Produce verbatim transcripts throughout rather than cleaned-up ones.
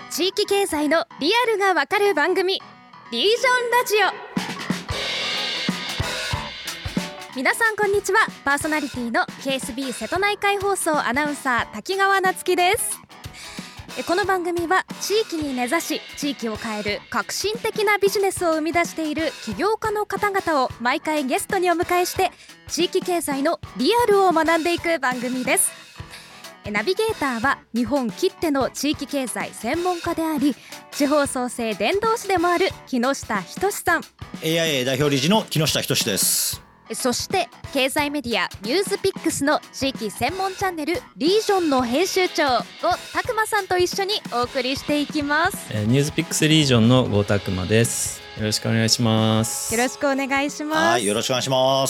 地域経済のリアルがわかる番組、リージョンラジオ。皆さんこんにちは。パーソナリティの ケーエスビー 瀬戸内海放送アナウンサー滝川夏希です。この番組は地域に根ざし地域を変える革新的なビジネスを生み出している起業家の方々を毎回ゲストにお迎えして地域経済のリアルを学んでいく番組です。ナビゲーターは日本きっての地域経済専門家であり、地方創生伝道師でもある木下仁さん、 エーアイエー 代表理事の木下仁です。 そして経済メディアニュースピックスの地域専門チャンネルリージョンの編集長呉拓磨さんと一緒にお送りしていきます。 ニュースピックスリージョンの呉拓磨です。よろしくお願いします。 よろしくお願いします。 はい、よろしくお願いします。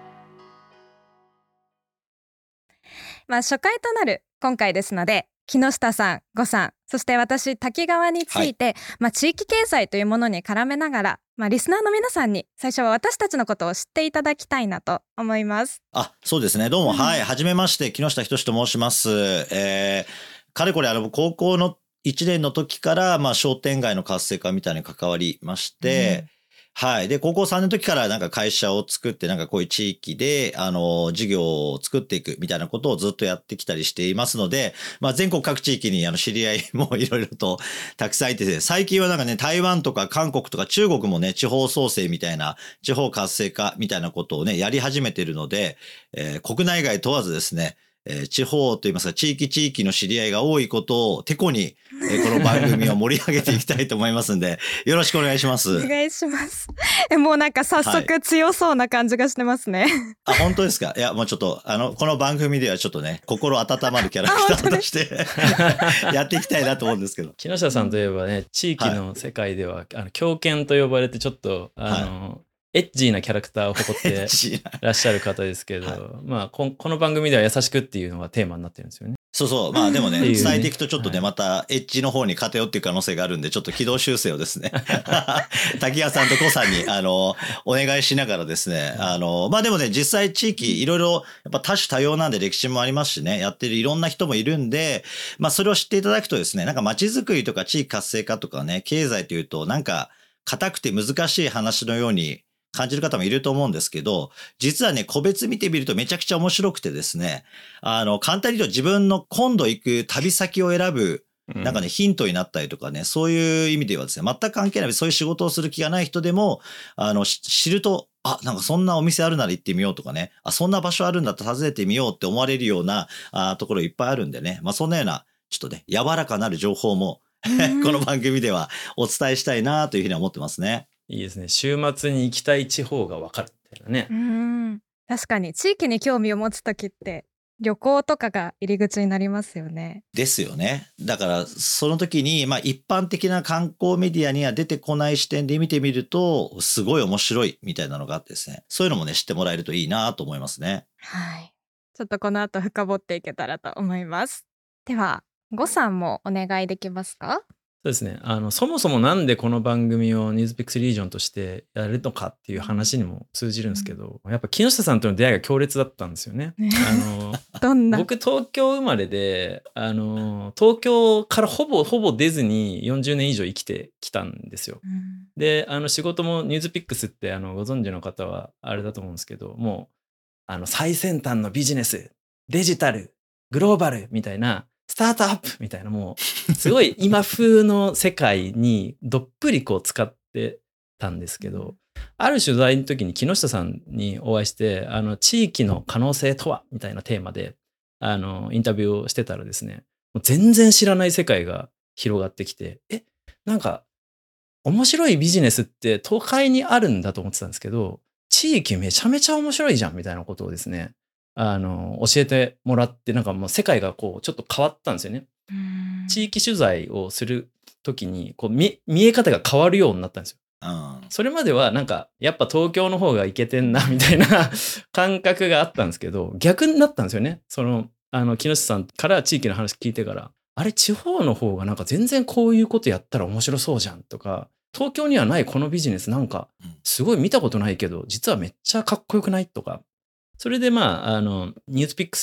まあ、初回となる今回ですので、木下さん、呉さん、そして私滝川について、はい、まあ、地域経済というものに絡めながら、まあ、リスナーの皆さんに最初は私たちのことを知っていただきたいなと思います。 あ、そうですね。どうも、うん、はい、はじめまして木下仁と申します。えー、かれこれあの高校のいちねんの時から、まあ、商店街の活性化みたいに関わりまして、うんはい。で、高校さんねんの時からなんか会社を作って、なんかこういう地域で、あの、事業を作っていくみたいなことをずっとやってきたりしていますので、まあ全国各地域にあの知り合いもいろいろとたくさんいてて、最近はなんかね、台湾とか韓国とか中国もね、地方創生みたいな、地方活性化みたいなことをね、やり始めているので、えー、国内外問わずですね、えー、地方といいますか地域地域の知り合いが多いことをてこに、えー、この番組を盛り上げていきたいと思いますんでよろしくお願いします。 お願いします。えもうなんか早速強そうな感じがしてますね、 はい、あ本当ですか。いやもうちょっとあのこの番組ではちょっとね心温まるキャラクターとしてやっていきたいなと思うんですけど、 木下さんといえばね地域の世界では、はい、あの狂犬と呼ばれてちょっとあの、はいエッジーなキャラクターを誇ってらっしゃる方ですけど、はい、まあこ、この番組では優しくっていうのがテーマになってるんですよね。 そうそう。まあでもね、伝えていくとちょっとね、はい、またエッジの方に偏っていく可能性があるんで、ちょっと軌道修正をですね、滝谷さんとコさんに、あの、お願いしながらですね、あの、まあでもね、実際地域いろいろ、やっぱ多種多様なんで歴史もありますしね、やってるいろんな人もいるんで、まあそれを知っていただくとですね、なんか街づくりとか地域活性化とかね、経済というと、なんか硬くて難しい話のように、感じる方もいると思うんですけど、実はね、個別見てみるとめちゃくちゃ面白くてですね、あの、簡単に言うと自分の今度行く旅先を選ぶ、なんかね、ヒントになったりとかね、そういう意味ではですね、全く関係ない、そういう仕事をする気がない人でも、あの、知ると、あ、なんかそんなお店あるなら行ってみようとかね、あ、そんな場所あるんだったら訪ねてみようって思われるようなあところいっぱいあるんでね、まあそんなような、ちょっとね、柔らかなる情報も、この番組ではお伝えしたいなというふうに思ってますね。 いいですね。週末に行きたい地方が分かるみたいなね。 うーん、確かに地域に興味を持つときって旅行とかが入り口になりますよね。 ですよね。だからその時に、まあ、一般的な観光メディアには出てこない視点で見てみるとすごい面白いみたいなのがあってですね、そういうのもね知ってもらえるといいなと思いますね。 はい。ちょっとこの後深掘っていけたらと思います。では呉さんもお願いできますか。 そうですね。あのそもそもなんでこの番組をニュースピックスリージョンとしてやるのかっていう話にも通じるんですけど、うん、やっぱ木下さんとの出会いが強烈だったんですよね。あのどんな僕東京生まれで、あの東京からほぼほぼ出ずによんじゅうねん以上生きてきたんですよ。うん、であの仕事もニュースピックスってあのご存知の方はあれだと思うんですけど、もうあの最先端のビジネス、デジタル、グローバルみたいなスタートアップみたいな、もうすごい今風の世界にどっぷりこう使ってたんですけど、ある取材の時に木下さんにお会いして、あの地域の可能性とはみたいなテーマであのインタビューをしてたらですね、もう全然知らない世界が広がってきて、え、なんか面白いビジネスって都会にあるんだと思ってたんですけど、地域めちゃめちゃ面白いじゃんみたいなことをですね、あの教えてもらって、なんかもう世界がこうちょっと変わったんですよね。地域取材をする時にこう 見, 見え方が変わるようになったんですよ。うん、それまではなんかやっぱ東京の方がイケてんなみたいな感覚があったんですけど、逆になったんですよね。そのあの木下さんから地域の話聞いてから、あれ地方の方がなんか全然こういうことやったら面白そうじゃんとか、東京にはないこのビジネスなんかすごい見たことないけど実はめっちゃかっこよくないとか、それでまああのニュースピックス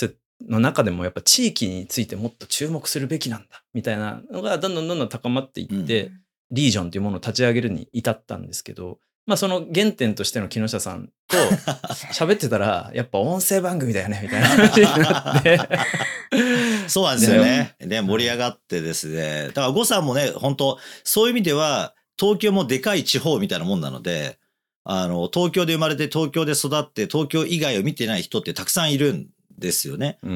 の中でもやっぱ地域についてもっと注目するべきなんだみたいなのがどんどんどんどん高まっていって、うん、リージョンというものを立ち上げるに至ったんですけど、まあその原点としての木下さんと喋ってたらやっぱ音声番組だよねみたいな話になってそうなんですよね。で盛り上がってですね。だから呉さんもね本当そういう意味では東京もでかい地方みたいなもんなので、あの東京で生まれて東京で育って東京以外を見てない人ってたくさんいるんですよね。うん、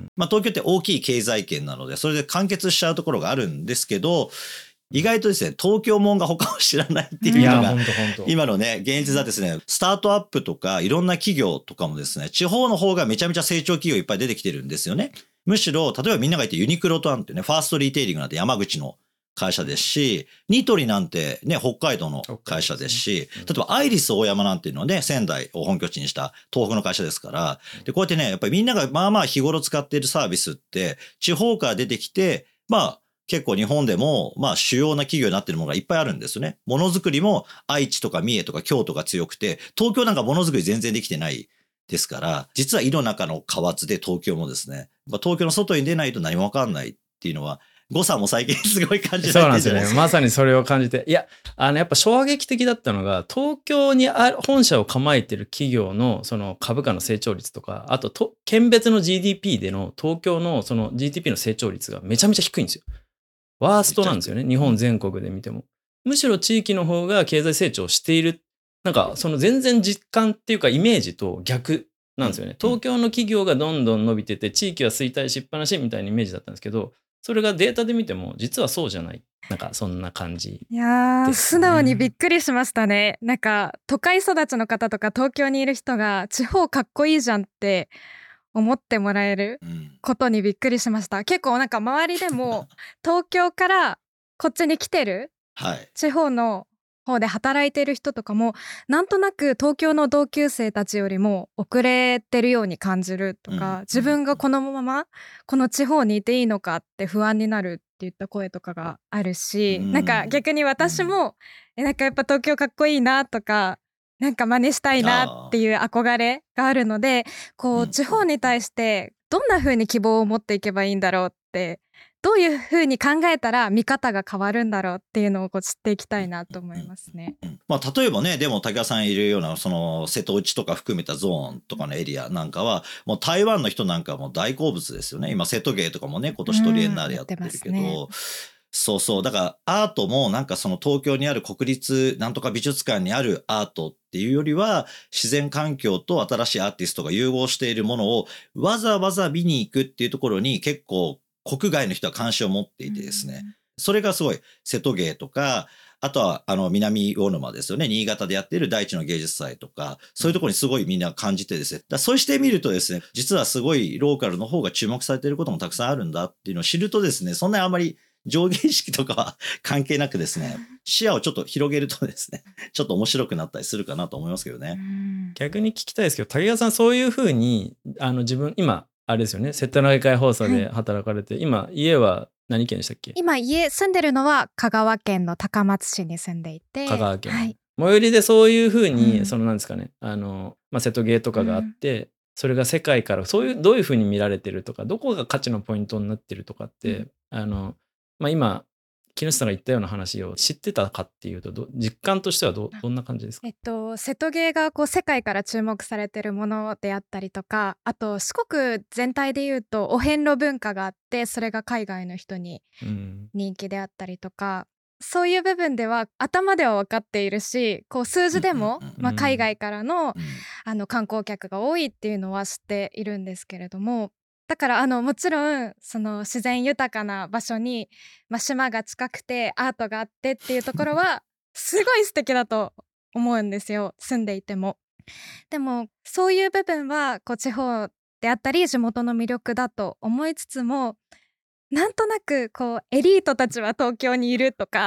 まあ東京って大きい経済圏なのでそれで完結しちゃうところがあるんですけど、意外とですね東京もんが他を知らないっていうのが今のね現実はですね、スタートアップとかいろんな企業とかもですね地方の方がめちゃめちゃ成長企業いっぱい出てきてるんですよね。むしろ例えばみんなが言ってユニクロとなんてねファーストリテイリングなんて山口の会社ですし、ニトリなんてね北海道の会社ですし、例えばアイリスオーヤマなんていうのはね仙台を本拠地にした東北の会社ですから、でこうやってねやっぱりみんながまあまあ日頃使っているサービスって地方から出てきて、まあ結構日本でもまあ主要な企業になっているものがいっぱいあるんですよね。ものづくりも愛知とか三重とか京都が強くて、東京なんかものづくり全然できてないですから、実は井の中の蛙で東京もですね、東京の外に出ないと何も分かんないっていうのは呉さんも最近すごい感じられてるじゃないですか。そうなんですよね。 まさにそれを感じて、いやあのやっぱ衝撃的だったのが東京にあ本社を構えてる企業のその株価の成長率とか、あとと県別の ジーディーピー での東京のその ジーディーピー の成長率がめちゃめちゃ低いんですよ。ワーストなんですよね、日本全国で見ても。むしろ地域の方が経済成長している、なんかその全然実感っていうかイメージと逆なんですよね。東京の企業がどんどん伸びてて地域は衰退しっぱなしみたいなイメージだったんですけど、それがデータで見ても実はそうじゃない、なんかそんな感じですね。 いやー素直にびっくりしましたね。なんか都会育ちの方とか東京にいる人が地方かっこいいじゃんって思ってもらえることにびっくりしました。結構なんか周りでも東京からこっちに来てる地方の方で働いてる人とかもなんとなく東京の同級生たちよりも遅れてるように感じるとか、自分がこのままこの地方にいていいのかって不安になるっていった声とかがあるし、なんか逆に私もえなんかやっぱ東京かっこいいなとかなんか真似したいなっていう憧れがあるので、こう地方に対してどんな風に希望を持っていけばいいんだろうって、どういう風に考えたら見方が変わるんだろうっていうのをこう知っていきたいなと思いますね。 まあ例えばね、でも竹谷さんいるようなその瀬戸内とか含めたゾーンとかのエリアなんかはもう台湾の人なんかも大好物ですよね。今瀬戸芸とかもね今年トリエンナーレやってるけど、うん、そうそう。だからアートもなんかその東京にある国立なんとか美術館にあるアートっていうよりは自然環境と新しいアーティストが融合しているものをわざわざ見に行くっていうところに結構国外の人は関心を持っていてですね、うん、それがすごい瀬戸芸とか、あとはあの南魚沼ですよね、新潟でやっている大地の芸術祭とか、そういうところにすごいみんな感じてですね、だそうしてみるとですね、実はすごいローカルの方が注目されていることもたくさんあるんだっていうのを知るとですね、そんなにあんまり上下意識とかは関係なくですね、視野をちょっと広げるとですね、ちょっと面白くなったりするかなと思いますけどね。 逆に聞きたいですけど、竹川さんそういうふうにあの自分今あれですよね、瀬戸内海放送で働かれて、はい、今家は何県でしたっけ？ 今家住んでるのは香川県の高松市に住んでいて、 香川県、はい、最寄りでそういうふうに、うん、そのなんですかね、あの、まあ、瀬戸芸とかがあって、うん、それが世界からそういうどういうふうに見られてるとか、どこが価値のポイントになってるとかって、うん、あのまあ、今木下さんが言ったような話を知ってたかっていうと、ど実感としては ど, どんな感じですか？ えっと、瀬戸芸がこう世界から注目されてるものであったりとか、あと四国全体でいうとお遍路文化があって、それが海外の人に人気であったりとか、うん、そういう部分では頭では分かっているし、こう数字でも、まあ、海外からの、あの観光客が多いっていうのは知っているんですけれども、だからあのもちろんその自然豊かな場所に、まあ、島が近くてアートがあってっていうところはすごい素敵だと思うんですよ、住んでいても。でもそういう部分はこう地方であったり地元の魅力だと思いつつも、なんとなくこうエリートたちは東京にいるとか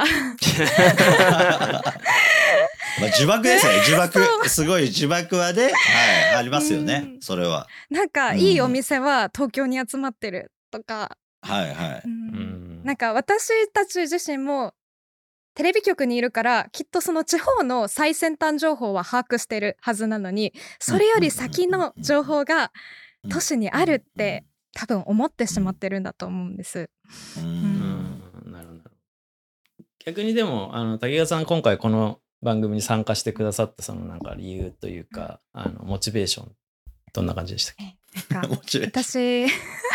まあ呪縛ですね、呪縛、すごい呪縛はね、はい、ありますよね、うん、それは。 なんかいいお店は東京に集まってるとか、 うん、はいはい、 うん、なんか私たち自身もテレビ局にいるからきっとその地方の最先端情報は把握してるはずなのに、それより先の情報が都市にあるって多分思ってしまってるんだと思うんです。 ううんん、なるほど。逆にでもあの滝川さん今回この番組に参加してくださったそのなんか理由というか、あのモチベーションどんな感じでしたっけ？ なんかもちろん私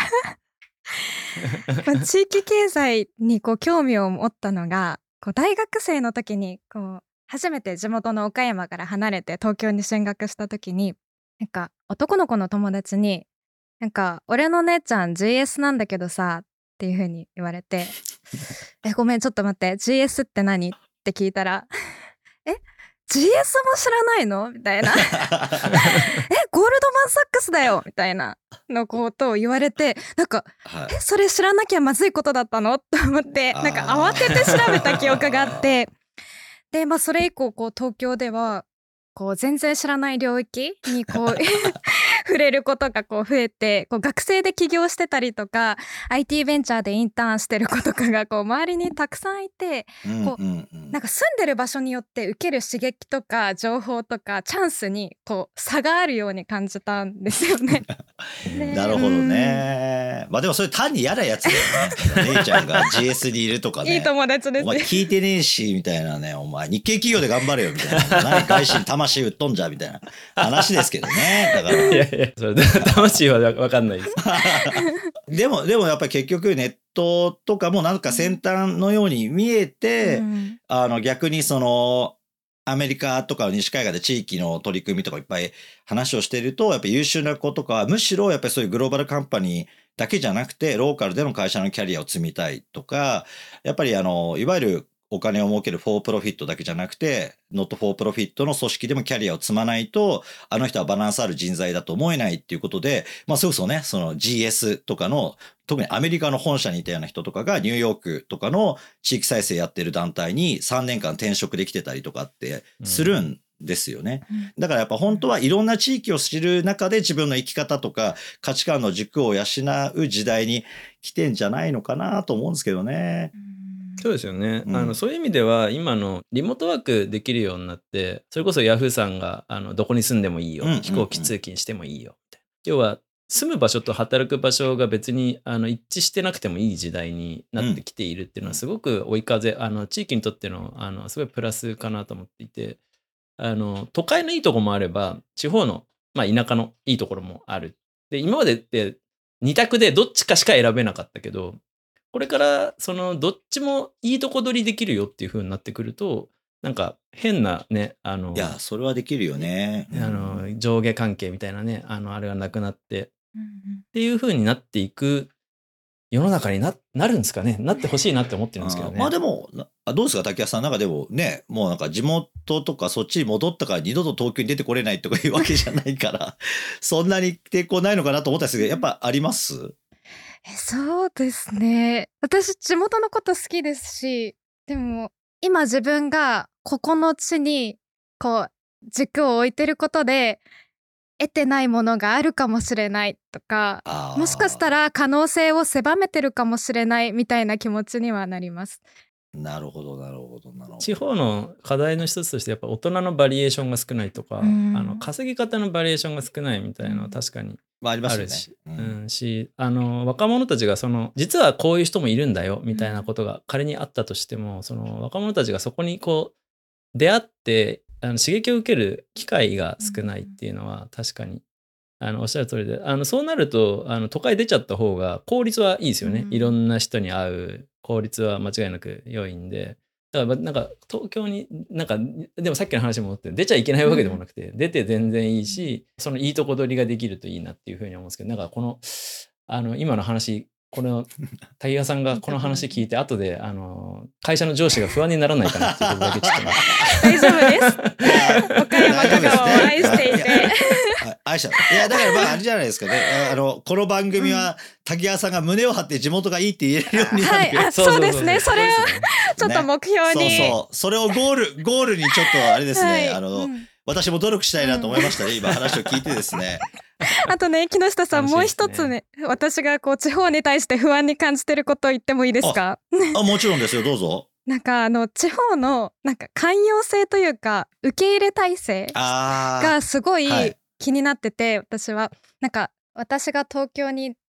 まあ地域経済にこう興味を持ったのがこう大学生の時にこう初めて地元の岡山から離れて東京に進学した時になんか男の子の友達になんか俺の姉ちゃん ジーエス なんだけどさっていう風に言われてえごめんちょっと待って ジーエス って何って聞いたらえ ジーエス も知らないのみたいなえゴールドマンサックスだよみたいなのことを言われてなんか、はい、えそれ知らなきゃまずいことだったのと思ってなんか慌てて調べた記憶があってでまあそれ以降こう東京ではこう全然知らない領域にこう触れることがこう増えてこう学生で起業してたりとか アイティー ベンチャーでインターンしてる子とかがこう周りにたくさんいてこうなんか住んでる場所によって受ける刺激とか情報とかチャンスにこう差があるように感じたんですよね。 なるほどね。まあでもそれ単に嫌なやつだよね。姉ちゃんが ジーエス にいるとかね。 いい友達ですね。 お前聞いてねえしみたいなね。お前日系企業で頑張れよみたいな。何外資に魂売っとんじゃみたいな話ですけどね。だから。いやいやそれ魂は分かんないです。 でもでもやっぱり結局ネットとかもなんか先端のように見えて、うん、あの逆にそのアメリカとか西海岸で地域の取り組みとかいっぱい話をしているとやっぱり優秀な子とかはむしろやっぱりそういうグローバルカンパニーだけじゃなくてローカルでの会社のキャリアを積みたいとかやっぱりあのいわゆるお金を儲けるフォープロフィットだけじゃなくてノットフォープロフィットの組織でもキャリアを積まないとあの人はバランスある人材だと思えないっていうことでまあそれこそねその ジーエス とかの特にアメリカの本社にいたような人とかがニューヨークとかの地域再生やってる団体にさんねんかん転職できてたりとかってするんですよね、うん、だからやっぱ本当はいろんな地域を知る中で自分の生き方とか価値観の軸を養う時代に来てんじゃないのかなと思うんですけどね、うんそうですよね、うん、あのそういう意味では今のリモートワークできるようになってそれこそヤフーさんがあのどこに住んでもいいよ、うんうんうん、飛行機通勤してもいいよみたいな要は住む場所と働く場所が別にあの一致してなくてもいい時代になってきているっていうのはすごく追い風あの地域にとっての、あのすごいプラスかなと思っていてあの都会のいいとこもあれば地方の、まあ、田舎のいいところもあるで今までって二択でどっちかしか選べなかったけどこれからそのどっちもいいとこ取りできるよっていう風になってくるとなんか変なねあのいやそれはできるよね、 あの上下関係みたいなねあのあれがなくなって、うんうん、っていう風になっていく世の中に な, なるんですかねなってほしいなって思ってるんですけどね。 あまあでもどうですか滝谷さんなんかでもねもうなんか地元とかそっちに戻ったから二度と東京に出てこれないとかいうわけじゃないからそんなに抵抗ないのかなと思ったんですけどやっぱあります？ えそうですね私地元のこと好きですしでも今自分がここの地にこう軸を置いてることで得てないものがあるかもしれないとかもしかしたら可能性を狭めてるかもしれないみたいな気持ちにはなります。 なるほどなるほどなるほど。 地方の課題の一つとしてやっぱ大人のバリエーションが少ないとか、うん、あの稼ぎ方のバリエーションが少ないみたいなのは確かにあるし、 まあありますよね。 うん、しあの若者たちがその実はこういう人もいるんだよみたいなことが仮にあったとしてもその若者たちがそこにこう出会ってあの刺激を受ける機会が少ないっていうのは確かにあのおっしゃる通りであのそうなるとあの都会出ちゃった方が効率はいいですよね、うん、いろんな人に会う効率は間違いなく良いんでだからなんか東京になんかでもさっきの話も思って出ちゃいけないわけでもなくて、うん、出て全然いいしそのいいとこ取りができるといいなっていうふうに思うんですけどなんかこのあの今の話この滝川さんがこの話聞いて後であの会社の上司が不安にならないかなっていうことだけちょっと大丈夫です岡山香川を愛していて愛しちゃういやだからまああれじゃないですかねあのこの番組は滝川さんが胸を張って地元がいいって言えるようになる、 はい、そうですねそれをちょっと目標に、 ね、そうそうそれをゴールゴールにちょっとあれですね、はい、あの、うん、私も努力したいなと思いましたね、うん、今話を聞いてですねあとね木下さん、ね、もう一つね私がこう地方に対して不安に感じてることを言ってもいいですか？ ああもちろんですよどうぞ。 なんかあの地方のなんか寛容性というか受け入れ体制がすごい気になってて、はい、私はなんか私が東京に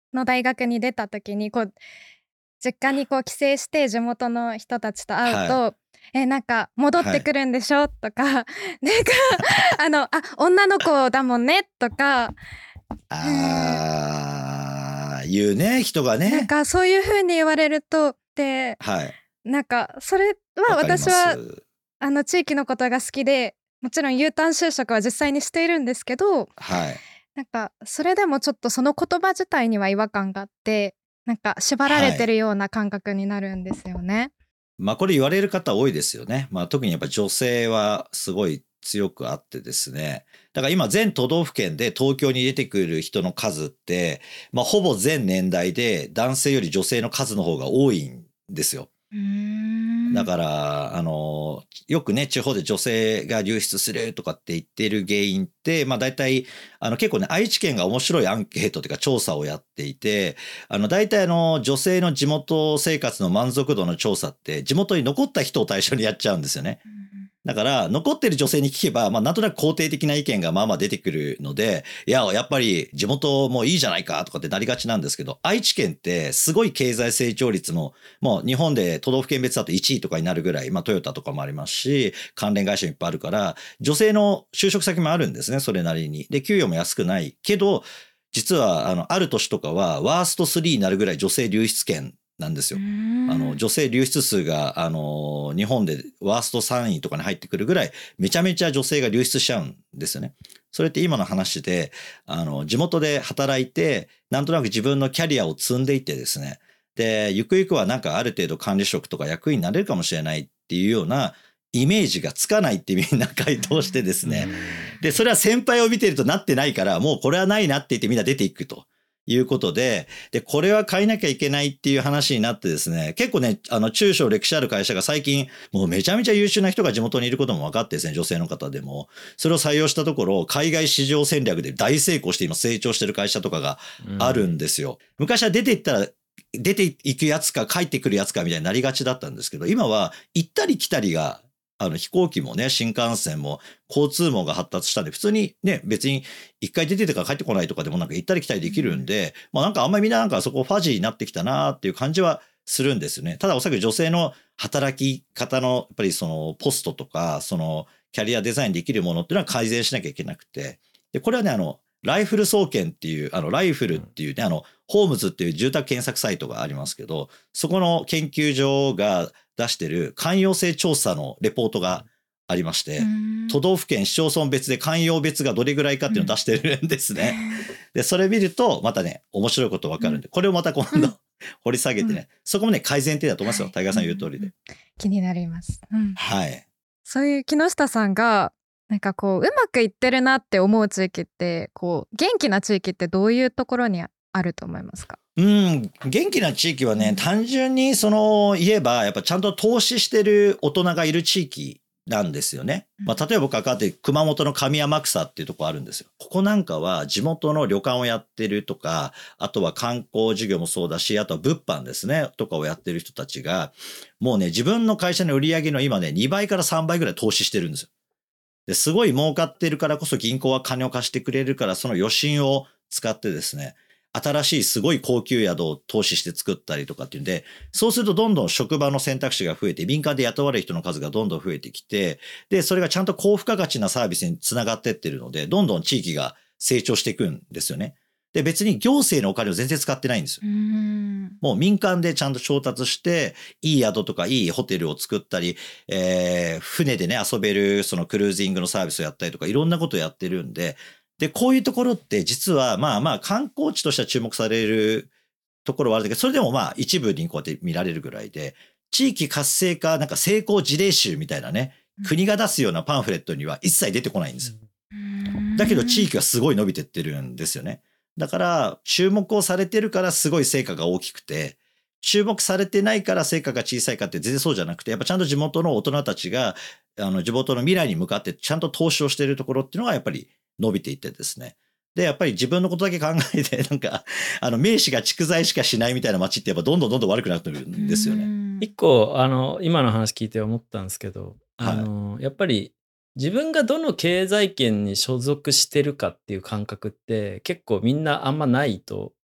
の大学に出た時にこう実家にこう帰省して地元の人たちと会うと、 はえなんか戻ってくるんでしょとか、なんかあのあ女の子だもんねとか、 あー言うね人がなんね。 かそういう風に言われるとではい。 なんかそれはわかります。 私はあの地域のことが好きでもちろん U ターン就職は実際にしているんですけど、 はい。 なんかそれでもちょっとその言葉自体には違和感があってなんか縛られてるような感覚になるんですよね。 まあこれ言われる方多いですよね。まあ特にやっぱ女性はすごい強くあってですね。だから今全都道府県で東京に出てくる人の数って、まあほぼ全年代で男性より女性の数の方が多いんですよ。 うーんだから、あの、よくね、地方で女性が流出するとかって言ってる原因って、まあ大体、あの結構ね、愛知県が面白いアンケートというか調査をやっていて、あの大体あの女性の地元生活の満足度の調査って地元に残った人を対象にやっちゃうんですよね。だから残ってる女性に聞けば、まあなんとなく肯定的な意見がまあまあ出てくるので、いや、やっぱり地元もいいじゃないかとかってなりがちなんですけど、愛知県ってすごい経済成長率も、もう日本で都道府県別だといちいとかになるぐらい、まあトヨタとかもありますし、関連会社もいっぱいあるから、女性の就職先もあるんですね、それなりに。で、給与も安くないけど、実はあの、ある年とかはワーストスリーになるぐらい女性流出県なんですよ。あの女性流出数があの日本でワーストさんいとかに入ってくるぐらいめちゃめちゃ女性が流出しちゃうんですよね。それって今の話であの地元で働いてなんとなく自分のキャリアを積んでいってですね、でゆくゆくはなんかある程度管理職とか役員になれるかもしれないっていうようなイメージがつかないってみんな回答してですね、でそれは先輩を見てるとなってないからもうこれはないなって言ってみんな出ていくということで、で、これは変えなきゃいけないっていう話になってですね、結構ね、あの、中小歴史ある会社が最近、もうめちゃめちゃ優秀な人が地元にいることも分かってですね、女性の方でも、それを採用したところ、海外市場戦略で大成功して今成長してる会社とかがあるんですよ。うん、昔は出ていったら、出ていくやつか帰ってくるやつかみたいになりがちだったんですけど、今は行ったり来たりがあの飛行機もね、新幹線も交通網が発達したんで、普通にね、別に一回出ててから帰ってこないとかでもなんか行ったり来たりできるんで、まあなんかあんまりみんななんかそこファジーになってきたなっていう感じはするんですよね。ただおそらく女性の働き方のやっぱりそのポストとか、そのキャリアデザインできるものっていうのは改善しなきゃいけなくて。で、これはね、あの、ライフル総研っていう、あの、ライフルっていうね、あの、ホームズっていう住宅検索サイトがありますけど、そこの研究所が出してる寛容性調査のレポートがありまして、都道府県市町村別で寛容別がどれぐらいかっていうのを出してるんですね。で、それ見ると、またね、面白いことわかるんで、これをまた今度掘り下げてね、そこもね、改善点だと思いますよ。タイガーさん言う通りで。 気になります。うん、 はい。 そういう木下さんが、なんかこう、うまくいってるなって思う地域って、こう、元気な地域ってどういうところにあると思いますか？ うん、元気な地域はね、単純にその言えば、やっぱちゃんと投資してる大人がいる地域なんですよね。まあ、例えば僕が関わって熊本の上天草っていうとこあるんですよ。ここなんかは地元の旅館をやってるとか、あとは観光事業もそうだし、あとは物販ですね、とかをやってる人たちが、もうね、自分の会社の売り上げの今ね、にばいからさんばいぐらい投資してるんですよ。ですごい儲かってるからこそ銀行は金を貸してくれるから、その余震を使ってですね、新しいすごい高級宿を投資して作ったりとかっていうんで、そうするとどんどん職場の選択肢が増えて、民間で雇われる人の数がどんどん増えてきて、で、それがちゃんと高付加価値なサービスにつながってってるので、どんどん地域が成長していくんですよね。で、別に行政のお金を全然使ってないんですよ。 うんもう民間でちゃんと調達して、いい宿とかいいホテルを作ったり、えー、船でね、遊べるそのクルージングのサービスをやったりとか、いろんなことをやってるんで、で、こういうところって実はまあまあ観光地としては注目されるところはあるんだけど、それでもまあ一部にこうやって見られるぐらいで、地域活性化、なんか成功事例集みたいなね、国が出すようなパンフレットには一切出てこないんですよ。だけど地域はすごい伸びてってるんですよね。だから注目をされてるからすごい成果が大きくて、注目されてないから成果が小さいかって全然そうじゃなくて、やっぱちゃんと地元の大人たちがあの地元の未来に向かってちゃんと投資をしているところっていうのがやっぱり伸びていってですね。で、やっぱり自分のことだけ考えて、なんか、あの、名士が蓄財しかしないみたいな街ってやっぱどんどんどんどん悪くなってるんですよね。 一個、あの、今の話聞いて思ったんですけど、あの、はい、やっぱり自分がどの経済圏に所属してるかっていう感覚って結構みんなあんまないと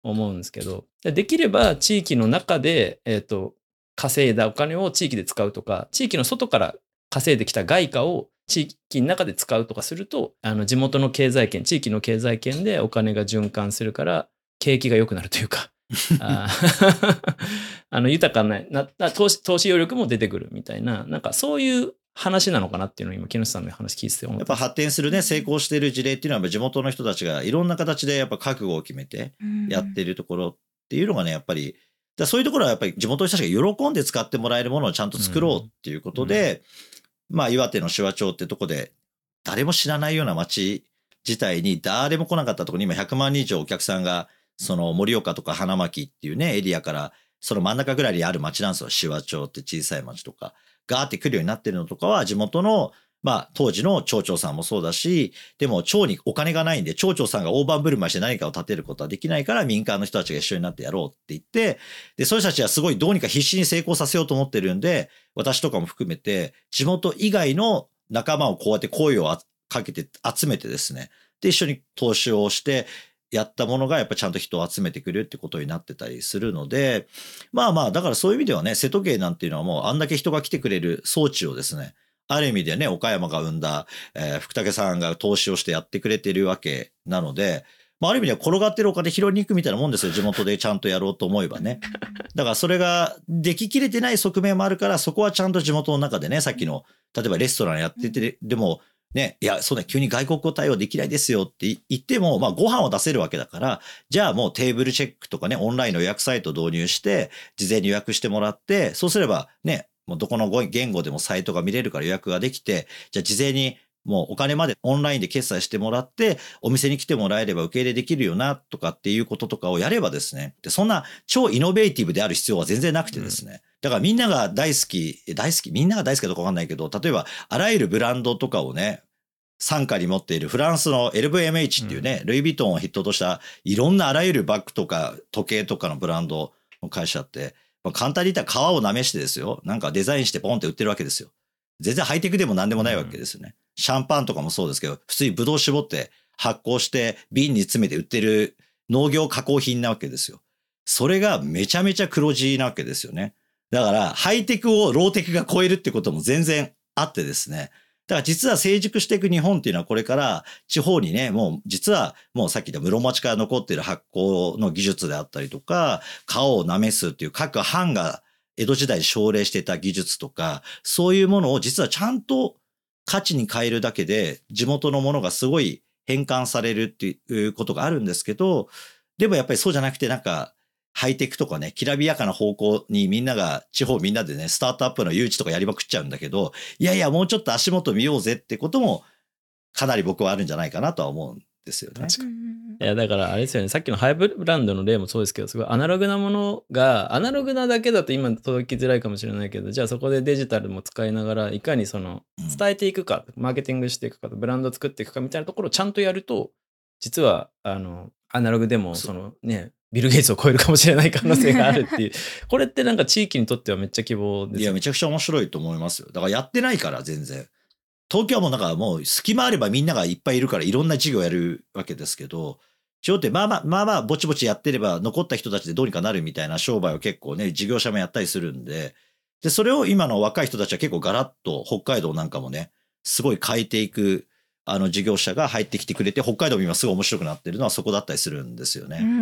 思うんですけど、できれば地域の中で、えーと、稼いだお金を地域で使うとか、地域の外から稼いできた外貨を地域の中で使うとかすると、あの地元の経済圏、地域の経済圏でお金が循環するから景気が良くなるというかああの豊かなな投資、投資余力も出てくるみたいな、なんかそういう話なのかなっていうのを今木下さんの話聞いてて思って、 やっぱ発展するね成功している事例っていうのは地元の人たちがいろんな形でやっぱ覚悟を決めてやってるところっていうのがねやっぱりだそういうところはやっぱり地元の人たちが喜んで使ってもらえるものをちゃんと作ろうっていうことで、うんうん、まあ岩手の紫波町ってとこで誰も知らないような町自体に誰も来なかったところに今ひゃくまんにん以上お客さんがその盛岡とか花巻っていうねエリアからその真ん中ぐらいにある町なんですよ。紫波町って小さい町とかガーって来るようになってるのとかは地元のまあ当時の町長さんもそうだし、でも町にお金がないんで町長さんが大盤振る舞いして何かを立てることはできないから民間の人たちが一緒になってやろうって言って、でそういう人たちはすごいどうにか必死に成功させようと思ってるんで、私とかも含めて地元以外の仲間をこうやって声をかけて集めてですね、で一緒に投資をしてやったものがやっぱちゃんと人を集めてくるってことになってたりするので、まあまあだからそういう意味ではね瀬戸芸なんていうのはもうあんだけ人が来てくれる装置をですね、ある意味でね岡山が生んだ、えー、福武さんが投資をしてやってくれてるわけなので、まあ、ある意味では転がってるお金拾いに行くみたいなもんですよ、地元でちゃんとやろうと思えばね。だからそれができきれてない側面もあるから、そこはちゃんと地元の中でね、さっきの例えばレストランやっててでもね、いや、そうだ、急に外国語対応できないですよって言っても、まあ、ご飯を出せるわけだから、じゃあもうテーブルチェックとかね、オンラインの予約サイトを導入して、事前に予約してもらって、そうすればね、もうどこの言語でもサイトが見れるから予約ができて、じゃあ事前にもうお金までオンラインで決済してもらって、お店に来てもらえれば受け入れできるよな、とかっていうこととかをやればですね、でそんな超イノベーティブである必要は全然なくてですね、うん、だからみんなが大好き、大好き、みんなが大好きかどうかわかんないけど、例えばあらゆるブランドとかをね、傘下に持っているフランスの エルブイエムエイチ っていうね、うん、ルイ・ヴィトンを筆頭としたいろんなあらゆるバッグとか時計とかのブランドの会社って、まあ、簡単に言ったら皮をなめしてですよ、なんかデザインしてポンって売ってるわけですよ。全然ハイテクでも何でもないわけですよね。うん、シャンパンとかもそうですけど、普通にブドウ絞って発酵して瓶に詰めて売ってる農業加工品なわけですよ。それがめちゃめちゃ黒字なわけですよね。だからハイテクをローテクが超えるってことも全然あってですね。だから実は成熟していく日本っていうのはこれから地方にね、もう実はもうさっき言った室町から残っている発酵の技術であったりとか、皮をなめすっていう各藩が江戸時代に奨励していた技術とか、そういうものを実はちゃんと価値に変えるだけで地元のものがすごい変換されるっていうことがあるんですけど、でもやっぱりそうじゃなくてなんかハイテクとかね、きらびやかな方向にみんなが、地方みんなでね、スタートアップの誘致とかやりまくっちゃうんだけど、いやいや、もうちょっと足元見ようぜってことも、かなり僕はあるんじゃないかなとは思うんですよね。 確かに。いや、だからあれですよね、さっきのハイブランドの例もそうですけど、すごいアナログなものが、アナログなだけだと今届きづらいかもしれないけど、じゃあそこでデジタルも使いながら、いかにその、伝えていくか、うん、マーケティングしていくか、ブランド作っていくかみたいなところをちゃんとやると、実は、あの、アナログでも、そのね、ビル・ゲイツを超えるかもしれない可能性があるっていうこれってなんか地域にとってはめっちゃ希望です、ね、 いやめちゃくちゃ面白いと思いますよ。だからやってないから全然東京はもうなんかもう隙間あればみんながいっぱいいるからいろんな事業やるわけですけど、地方ってまあまあまあまあぼちぼちやってれば残った人たちでどうにかなるみたいな商売を結構ね事業者もやったりするんで、でそれを今の若い人たちは結構ガラッと北海道なんかもねすごい変えていくあの事業者が入ってきてくれて、北海道も今すごい面白くなってるのはそこだったりするんですよね。うん、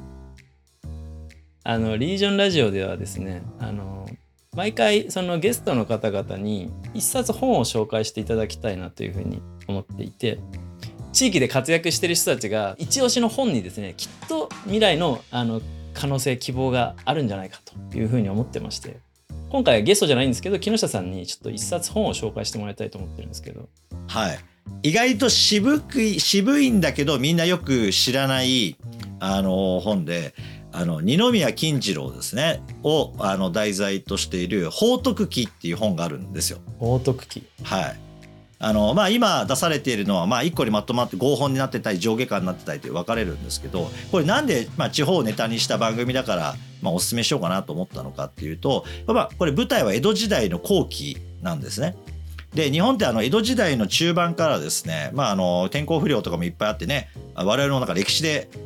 あのリージョンラジオではですね、あの毎回そのゲストの方々に一冊本を紹介していただきたいなというふうに思っていて、地域で活躍している人たちが一押しの本にですね、きっと未来のあの可能性希望があるんじゃないかというふうに思ってまして、今回はゲストじゃないんですけど木下さんにちょっと一冊本を紹介してもらいたいと思ってるんですけど。 はい、意外と渋くい渋いんだけどみんなよく知らないあの本で、あの二宮金次郎ですねをあの題材としている報徳記っていう本があるんですよ。 報徳記、 はい。あのまあ今出されているのはまあいっこにまとまって合本になってたり上下巻になってたりと分かれるんですけど、これなんでまあ地方をネタにした番組だからまあおすすめしようかなと思ったのかっていうと、まあこれ舞台は江戸時代の後期なんですね。で日本ってあの江戸時代の中盤からですね、まあ、あの天候不良とかもいっぱいあってね、我々のなんか歴史で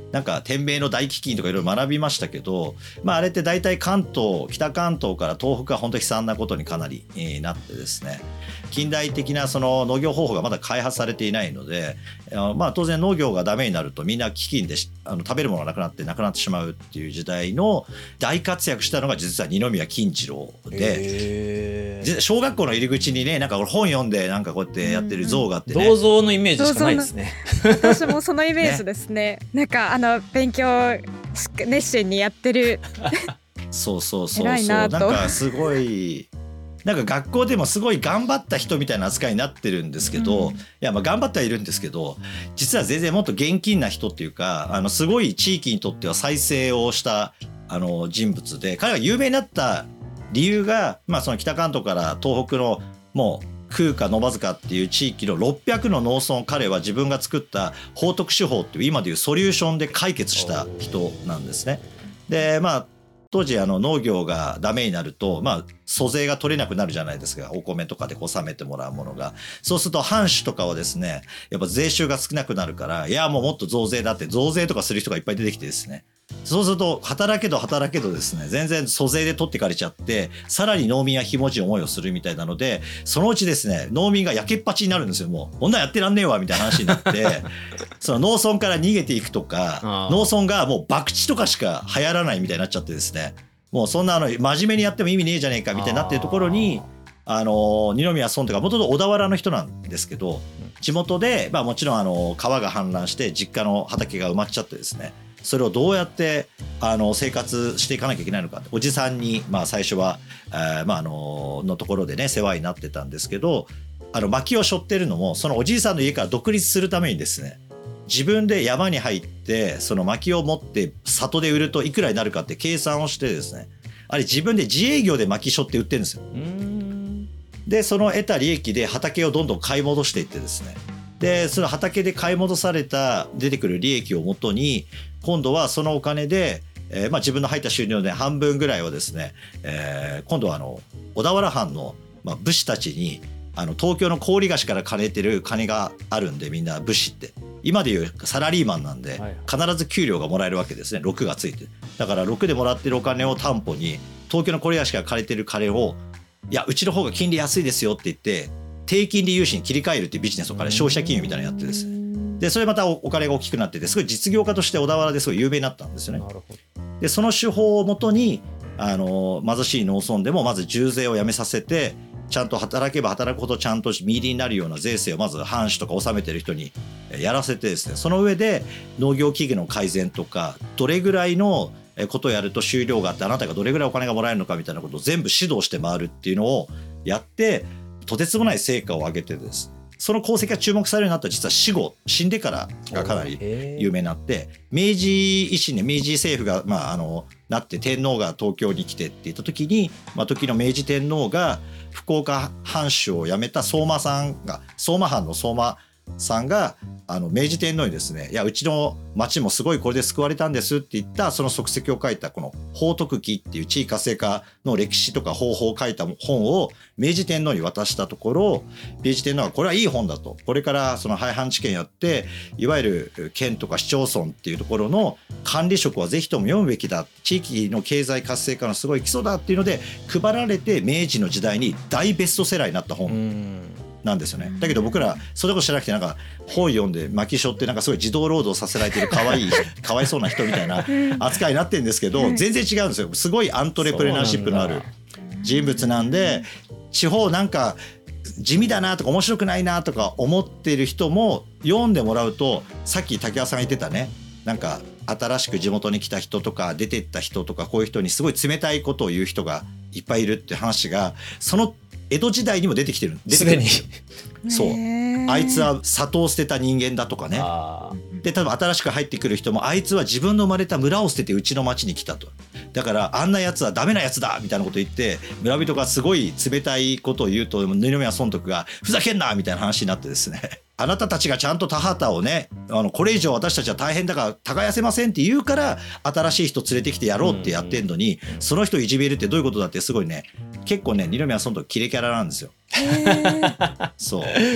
なんか天明の大飢饉とかいろいろ学びましたけど、まあ、あれって大体関東北関東から東北が本当に悲惨なことにかなり、えー、なってですね、近代的なその農業方法がまだ開発されていないので、まあ、当然農業がダメになるとみんな飢饉であの食べるものがなくなってなくなってしまうっていう時代の大活躍したのが実は二宮金次郎で、小学校の入り口にね、なんか本読んでなんかこうやってやってる像があってね、 銅像のイメージしかないですね。 私もそのイメージですね。なんかあの勉強熱心にやってるそうそうそうそう、 偉いなと。 なんかすごいなんか学校でもすごい頑張った人みたいな扱いになってるんですけど、うん、いやまあ頑張ってはいるんですけど、実は全然もっと現金な人っていうか、あのすごい地域にとっては再生をしたあの人物で、彼が有名になった理由が、まあ、その北関東から東北のもう空か野間塚っていう地域のろっぴゃくの農村を彼は自分が作った報徳手法っていう今でいうソリューションで解決した人なんですね。でまあ当時あの農業がダメになると、まあ、租税が取れなくなるじゃないですか、お米とかで納めてもらうものが。そうすると藩主とかはですね、やっぱ税収が少なくなるから、いやもうもっと増税だって増税とかする人がいっぱい出てきてですね、そうすると働けど働けどですね、全然租税で取ってかれちゃって、さらに農民はひもじい思いをするみたいなので、そのうちですね、農民が焼けっぱちになるんですよ。もうこんなんやってらんねえわみたいな話になってその農村から逃げていくとか、農村がもう博打とかしか流行らないみたいになっちゃってですね、もうそんなあの真面目にやっても意味ねえじゃねえかみたいになってるところに、あの二宮尊とか元々小田原の人なんですけど、地元でまあもちろんあの川が氾濫して実家の畑が埋まっちゃってですね、それをどうやってあの生活していかなきゃいけないのかって、おじさんにまあ最初は、えー、まああののところでね世話になってたんですけど、あの薪を背負ってるのもそのおじいさんの家から独立するためにですね、自分で山に入ってその薪を持って里で売るといくらになるかって計算をしてですね、あれ自分で自営業で薪背負って売ってるんですよ。でその得た利益で畑をどんどん買い戻していってですね、でその畑で買い戻された出てくる利益をもとに、今度はそのお金で、えーまあ、自分の入った収入の、ね、半分ぐらいをですね、えー、今度はあの小田原藩の、まあ、武士たちにあの東京の高利貸しから借りてる金があるんで、みんな武士って今でいうサラリーマンなんで必ず給料がもらえるわけですね。ろくがついて、だからろくでもらってるお金を担保に東京の高利貸しから借りてる金を、いやうちの方が金利安いですよって言って低金利融資に切り替えるっていうビジネスを彼消費者金融みたいなのやってですね、でそれまたお金が大きくなってて、すごい実業家として小田原ですごい有名になったんですよね。なるほど。でその手法をもとにあの貧しい農村でもまず重税をやめさせて、ちゃんと働けば働くほどちゃんと実入りになるような税制をまず藩主とか納めてる人にやらせてですね、その上で農業機具の改善とか、どれぐらいのことをやると収量があってあなたがどれぐらいお金がもらえるのかみたいなことを全部指導して回るっていうのをやって、とてつもない成果を上げてです、その功績が注目されるようになったら実は死後死んでからがかなり有名になって、明治維新ね、明治政府がまああのなって天皇が東京に来てって言った時に、まあ、時の明治天皇が福岡藩主を辞めた相馬さんが、相馬藩の相馬さんがあの明治天皇にですね、いやうちの町もすごいこれで救われたんですって言ったその足跡を書いたこの報徳記っていう地域活性化の歴史とか方法を書いた本を明治天皇に渡したところ、明治天皇はこれはいい本だと、これからその廃藩置県やっていわゆる県とか市町村っていうところの管理職はぜひとも読むべきだ、地域の経済活性化のすごい基礎だっていうので配られて、明治の時代に大ベストセラーになった本なんですよね。だけど僕らそれこそ知らなくて、なんか本読んで薪背負ってなんかすごい児童労働させられてるかわいいかわいそうな人みたいな扱いになってるんですけど、全然違うんですよ。すごいアントレプレナーシップのある人物なんで、地方なんか地味だなとか面白くないなとか思っている人も読んでもらうと、さっき竹谷さんが言ってたね、なんか新しく地元に来た人とか出てった人とか、こういう人にすごい冷たいことを言う人がいっぱいいるって話が、その江戸時代にも出てきてる。 すでにそうあいつは里を捨てた人間だとかね。で多分新しく入ってくる人も、あいつは自分の生まれた村を捨ててうちの町に来たと、だからあんなやつはダメなやつだみたいなこと言って、村人がすごい冷たいことを言うと二宮尊徳がふざけんなみたいな話になってですね、あなたたちがちゃんと田畑をね、あのこれ以上私たちは大変だから耕せませんって言うから新しい人連れてきてやろうってやってんのに、その人いじめるってどういうことだって、すごいね、結構ね二宮尊徳キレキャラなんですよ。そう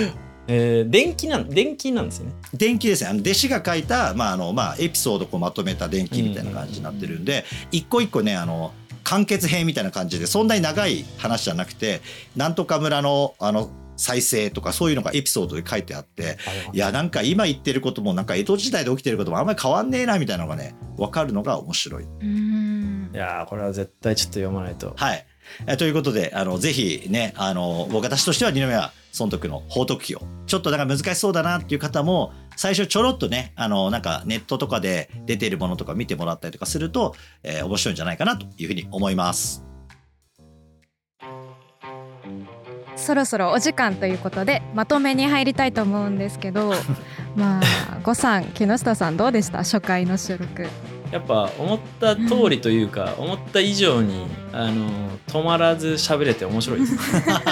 えー、伝記なん伝記なんですよね。 伝記ですね。あの弟子が書いた、まああのまあ、エピソードをこうまとめた伝記みたいな感じになってるんで、一個一個ねあの完結編みたいな感じでそんなに長い話じゃなくて、なんとか村のあの再生とかそういうのがエピソードで書いてあって、いやなんか今言ってることもなんか江戸時代で起きてることもあんまり変わんねえなみたいなのがね分かるのが面白い。 うーん、 いやーこれは絶対ちょっと読まないと。 はい。えということであのぜひねあの私としては二宮尊徳の宝徳記をちょっとなんか難しそうだなっていう方も最初ちょろっとねあのなんかネットとかで出ているものとか見てもらったりとかすると、えー、面白いんじゃないかなというふうに思います。 そろそろお時間ということでまとめに入りたいと思うんですけどまあ呉さん木下さんどうでした初回の収録。 やっぱ思った通りというか、うん、思った以上にあの止まらず喋れて面白いですねいやだ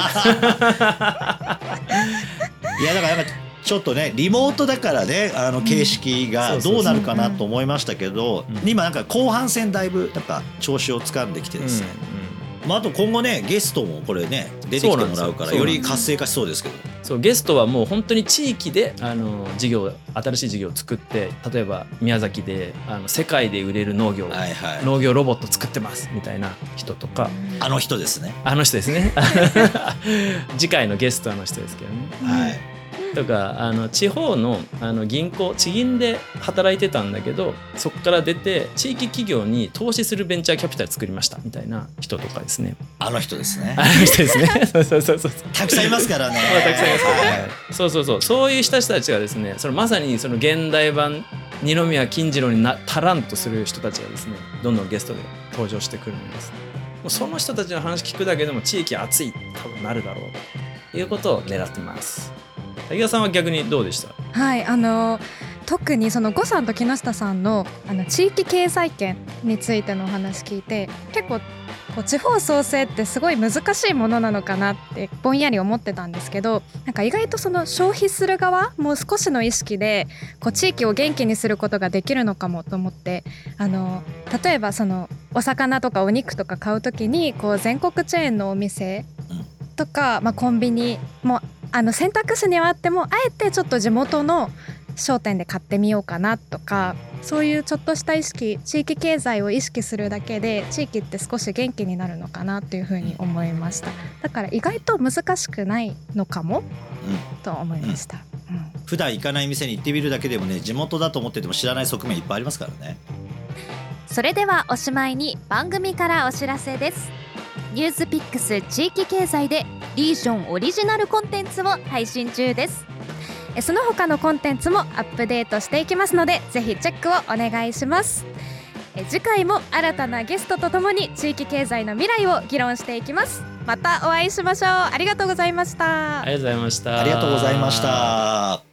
からやっぱちょっとねリモートだからねあの形式がどうなるかなと思いましたけど、今なんか後半戦だいぶなんか調子をつかんできてですね、うん、まあ、あと今後ねゲストもこれね出てきてもらうからより活性化しそうですけど、 そうゲストはもう本当に地域であの事業新しい事業を作って、例えば宮崎であの世界で売れる農業、はいはい、農業ロボット作ってますみたいな人とか、 あの人ですねあの人ですね次回のゲストはあの人ですけどね、はい、とかあの地方 の, あの銀行地銀で働いてたんだけどそこから出て地域企業に投資するベンチャーキャピタル作りましたみたいな人とかですね。 あの人ですねあの人ですねそうそうそうそうたくさんいますからねたくさんいますから、はい、そうそうそうそういう人たちがですねそのまさにその現代版二宮金次郎にな足らんとする人たちがですねどんどんゲストで登場してくるんです。もうその人たちの話聞くだけでも地域熱い多分なるだろうということを狙ってます。滝川さんは逆にどうでした？ はいあの特にその呉さんと木下さん の, あの地域経済圏についてのお話聞いて結構こう地方創生ってすごい難しいものなのかなってぼんやり思ってたんですけど、なんか意外とその消費する側もう少しの意識でこう地域を元気にすることができるのかもと思って、あの例えばそのお魚とかお肉とか買うときにこう全国チェーンのお店とか、まあ、コンビニもあの選択肢にはあってもあえてちょっと地元の商店で買ってみようかなとか、そういうちょっとした意識地域経済を意識するだけで地域って少し元気になるのかなというふうに思いました。だから意外と難しくないのかも、うん、と思いました、うんうん、 普段行かない店に行ってみるだけでもね地元だと思ってても知らない側面いっぱいありますからね。 それではおしまいに番組からお知らせです。ニュースピックス地域経済でリージョンオリジナルコンテンツを配信中です。その他のコンテンツもアップデートしていきますのでぜひチェックをお願いします。次回も新たなゲストとともに地域経済の未来を議論していきます。またお会いしましょう。ありがとうございました。 ありがとうございました。 ありがとうございました。